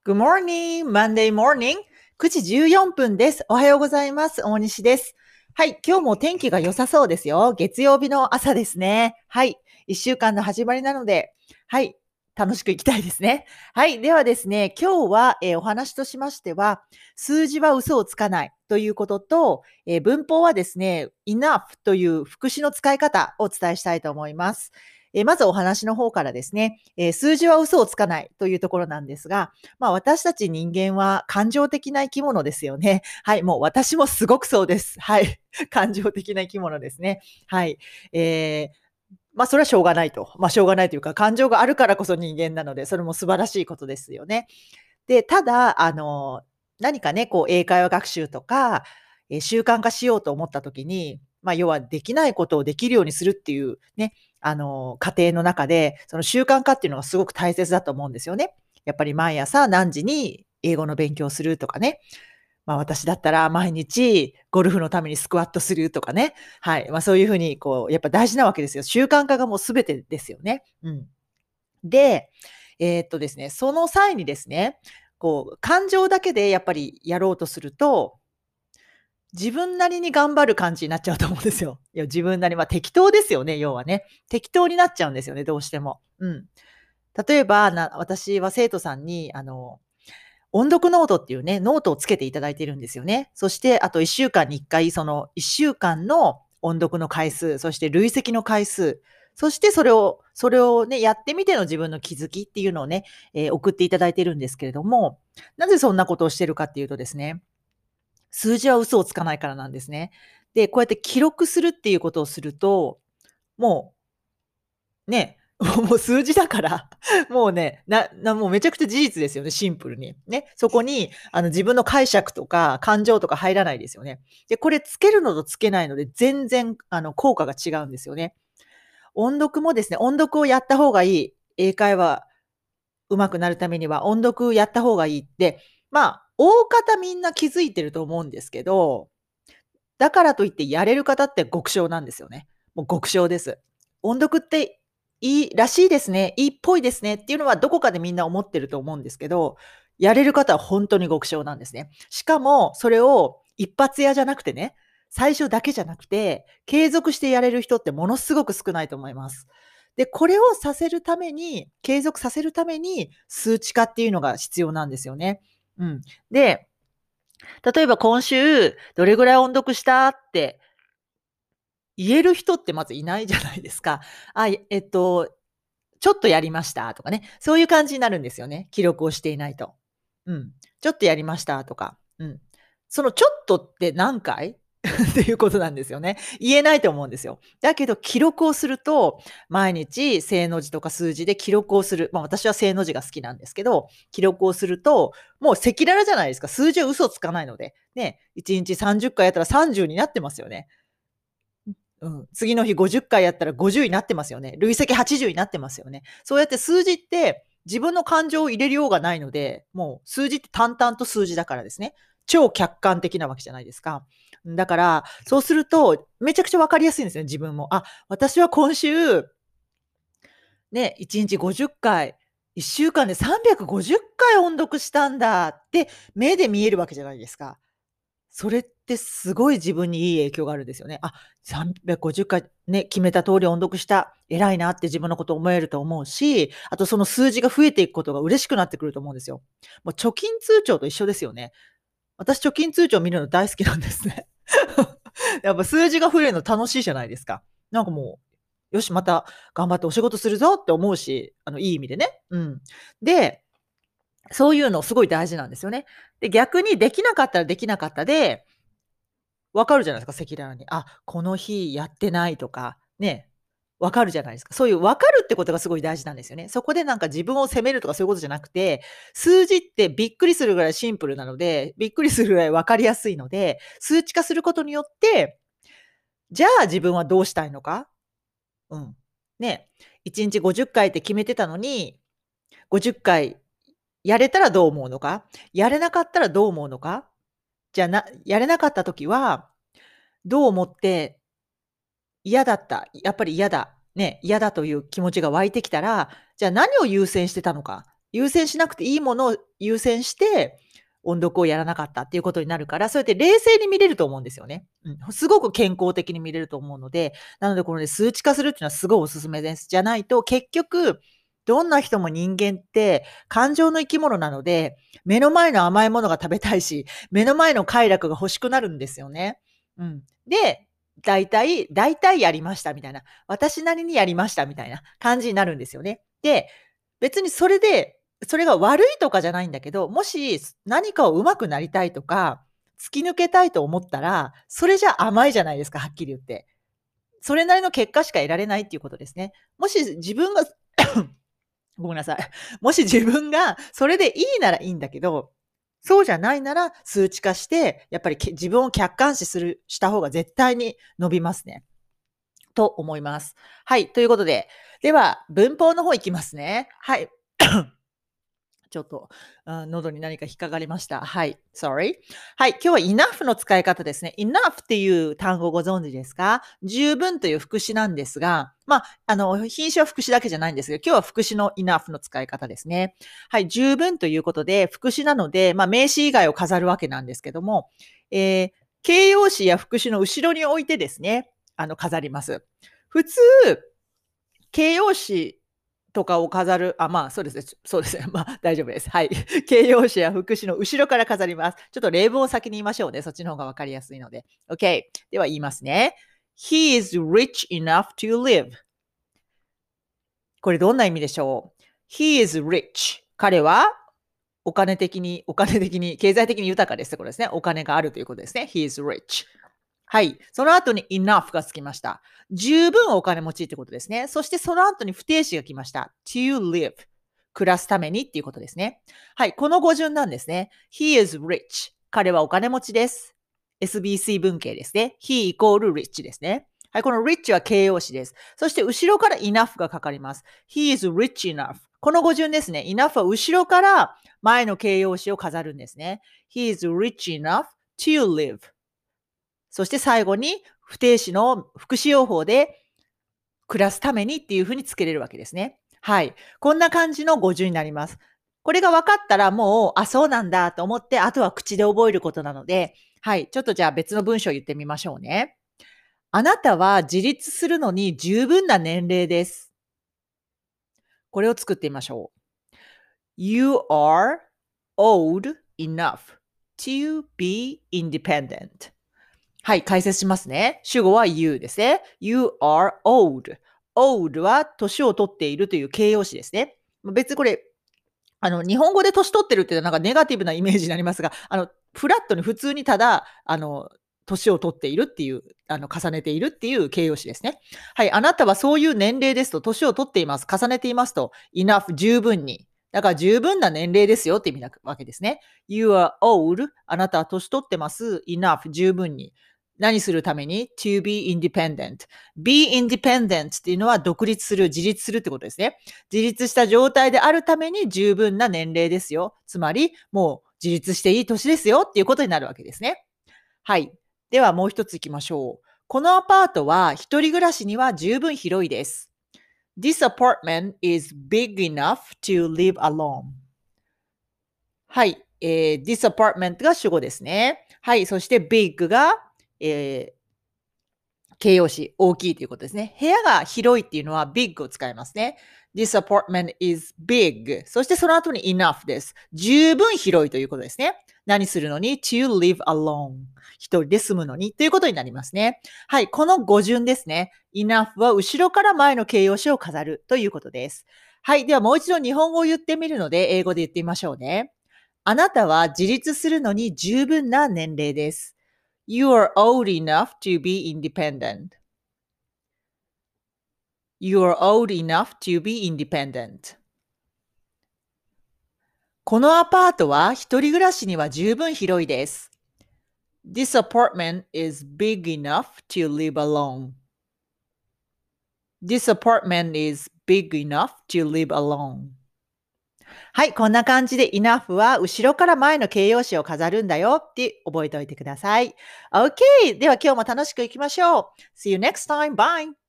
Good morning, Monday morning. 9時14分です。おはようございます。大西です。はい、今日も天気が良さそうですよ。月曜日の朝ですね。はい、1週間の始まりなので、はい、楽しくいきたいですね。はい、ではですね、今日は、お話としましては、数字は嘘をつかないということと、文法はですね、enough という副詞の使い方をお伝えしたいと思います。まずお話の方からですね、数字は嘘をつかないというところなんですが、私たち人間は感情的な生き物ですよね。はい、もう私もすごくそうです。はい。感情的な生き物ですね。はい。それはしょうがないと。しょうがないというか、感情があるからこそ人間なので、それも素晴らしいことですよね。で、ただ、何かね、こう英会話学習とか、習慣化しようと思った時に、要はできないことをできるようにするっていうね、過程の中で、その習慣化っていうのがすごく大切だと思うんですよね。やっぱり毎朝何時に英語の勉強をするとかね。私だったら毎日ゴルフのためにスクワットするとかね。はい。そういう風にこう、やっぱ大事なわけですよ。習慣化がもう全てですよね。うん。で、ですね、その際にですね、こう、感情だけでやっぱりやろうとすると、自分なりに頑張る感じになっちゃうと思うんですよ。いや、自分なり、適当ですよね、要はね。適当になっちゃうんですよね、どうしても。うん。例えば、私は生徒さんに、音読ノートっていうね、ノートをつけていただいているんですよね。そして、あと1週間に1回、その1週間の音読の回数、そして累積の回数、そしてそれをね、やってみての自分の気づきっていうのをね、送っていただいているんですけれども、なぜそんなことをしてるかっていうとですね、数字は嘘をつかないからなんですね。で、こうやって記録するっていうことをすると、もね、もう数字だから、もうね、もうめちゃくちゃ事実ですよね、シンプルに。ね、そこに自分の解釈とか感情とか入らないですよね。で、これつけるのとつけないので全然効果が違うんですよね。音読もですね、音読をやった方がいい。英会話上手くなるためには音読やった方がいいって、大方みんな気づいてると思うんですけど、だからといってやれる方って極小なんですよね。もう極小です。音読っていいらしいですね、いいっぽいですねっていうのはどこかでみんな思ってると思うんですけど、やれる方は本当に極小なんですね。しかもそれを一発屋じゃなくてね、最初だけじゃなくて、継続してやれる人ってものすごく少ないと思います。で、これをさせるために継続させるために数値化っていうのが必要なんですよね。うん。で、例えば今週どれぐらい音読したって言える人ってまずいないじゃないですか。ちょっとやりましたとかね、そういう感じになるんですよね、記録をしていないと。うん。ちょっとやりましたとか。うん。そのちょっとって何回っていうことなんですよね。言えないと思うんですよ。だけど記録をすると、毎日正の字とか数字で記録をする。私は正の字が好きなんですけど、記録をすると、もう赤裸々じゃないですか。数字は嘘つかないので。ね、1日30回やったら30になってますよね。うん、次の日50回やったら50になってますよね。累積80になってますよね。そうやって数字って自分の感情を入れるようがないので、もう数字って淡々と数字だからですね。超客観的なわけじゃないですか。だから、そうすると、めちゃくちゃわかりやすいんですよね、自分も。あ、私は今週、ね、1日50回、1週間で350回音読したんだって目で見えるわけじゃないですか。それってすごい自分にいい影響があるんですよね。あ、350回ね、決めた通り音読した、偉いなって自分のこと思えると思うし、あとその数字が増えていくことが嬉しくなってくると思うんですよ。もう貯金通帳と一緒ですよね。私貯金通帳見るの大好きなんですね。やっぱ数字が増えるの楽しいじゃないですか。なんかもう、よし、また頑張ってお仕事するぞって思うし、いい意味でね。うん。で、そういうのすごい大事なんですよね。で、逆にできなかったらできなかったで、分かるじゃないですか、赤裸々に。あ、この日やってないとか、ね、分かるじゃないですか。そういう分かるってことがすごい大事なんですよね。そこでなんか自分を責めるとかそういうことじゃなくて、数字ってびっくりするぐらいシンプルなので、びっくりするぐらい分かりやすいので、数値化することによって、じゃあ自分はどうしたいのか、うん。ね、1日50回って決めてたのに、50回やれたらどう思うのか、やれなかったらどう思うのか、やれなかった時は、どう思って嫌だった、やっぱり嫌だ、ね、嫌だという気持ちが湧いてきたら、じゃあ何を優先してたのか。 優先しなくていいものを優先して、音読をやらなかったっていうことになるから、そうやって冷静に見れると思うんですよね。すごく健康的に見れると思うので、なのでこのね、数値化するっていうのはすごいおすすめです。じゃないと、結局、どんな人も人間って感情の生き物なので、目の前の甘いものが食べたいし、目の前の快楽が欲しくなるんですよね。で、大体やりましたみたいな。私なりにやりましたみたいな感じになるんですよね。で、別にそれが悪いとかじゃないんだけど、もし何かを上手くなりたいとか、突き抜けたいと思ったら、それじゃ甘いじゃないですか、はっきり言って。それなりの結果しか得られないっていうことですね。もし自分がごめんなさい。もし自分がそれでいいならいいんだけど、そうじゃないなら数値化して、やっぱり自分を客観視した方が絶対に伸びますね。と思います。はい。ということで、では文法の方いきますね。はい。ちょっと、喉に何か引っかかりました。はい。Sorry。はい。今日は enough の使い方ですね。enough っていう単語ご存知ですか？十分という副詞なんですが、品詞は副詞だけじゃないんですけど、今日は副詞の enough の使い方ですね。はい。十分ということで、副詞なので、名詞以外を飾るわけなんですけども、形容詞や副詞の後ろに置いてですね、飾ります。普通、形容詞とかを飾る、そうですね。そうですね。大丈夫です。はい。形容詞や副詞の後ろから飾ります。ちょっと例文を先に言いましょうね。そっちの方がわかりやすいので。OK。では言いますね。He is rich enough to live. これどんな意味でしょう？ He is rich. 彼はお金的に、経済的に豊かですってことですね。お金があるということですね。He is rich. はい。その後に enough がつきました。十分お金持ちってことですね。そしてその後に不定詞が来ました。to live。暮らすためにっていうことですね。はい。この語順なんですね。He is rich。彼はお金持ちです。SBC 文型ですね。He イコール rich ですね。はい。この rich は形容詞です。そして後ろから enough がかかります。He is rich enough。この語順ですね。enough は後ろから前の形容詞を飾るんですね。He is rich enough to live。そして最後に不定詞の副詞用法で暮らすためにっていうふうにつけれるわけですね。はい。こんな感じの語順になります。これが分かったらもう、そうなんだと思って、あとは口で覚えることなので、はい。ちょっとじゃあ別の文章を言ってみましょうね。あなたは自立するのに十分な年齢です。これを作ってみましょう。You are old enough to be independent. はい、解説しますね。主語は you ですね。You are old. old は年を取っているという形容詞ですね。別にこれ、日本語で年取ってるっていうのはなんかネガティブなイメージになりますが、フラットに普通にただ、年を取っているっていう、重ねているっていう形容詞ですね。はい、あなたはそういう年齢ですと、年を取っています、重ねていますと、enough 十分に。だから十分な年齢ですよって意味なわけですね。You are old. あなたは年取ってます。enough 十分に。何するために ?to be independent. be independent っていうのは独立する、自立するってことですね。自立した状態であるために十分な年齢ですよ。つまり、もう自立していい年ですよっていうことになるわけですね。はい。ではもう一つ行きましょう。このアパートは一人暮らしには十分広いです。This apartment is big enough to live alone. はい。this apartment が主語ですね。はい。そして big が、形容詞、大きいということですね。部屋が広いっていうのは big を使いますね。This apartment is big. そしてその後に enough です。十分広いということですね。何するのに to live alone. 一人で住むのにということになりますね。はい。この語順ですね。enough は後ろから前の形容詞を飾るということです。はい。ではもう一度日本語を言ってみるので、英語で言ってみましょうね。あなたは自立するのに十分な年齢です。You are old enough to be independent. You are old enough to be independent. このアパートは一人暮らしには十分広いです。This apartment is big enough to live alone. This apartment is big enough to live alone. はい、こんな感じで enough は後ろから前の形容詞を飾るんだよって覚えておいてください。OK! では今日も楽しくいきましょう。See you next time. Bye!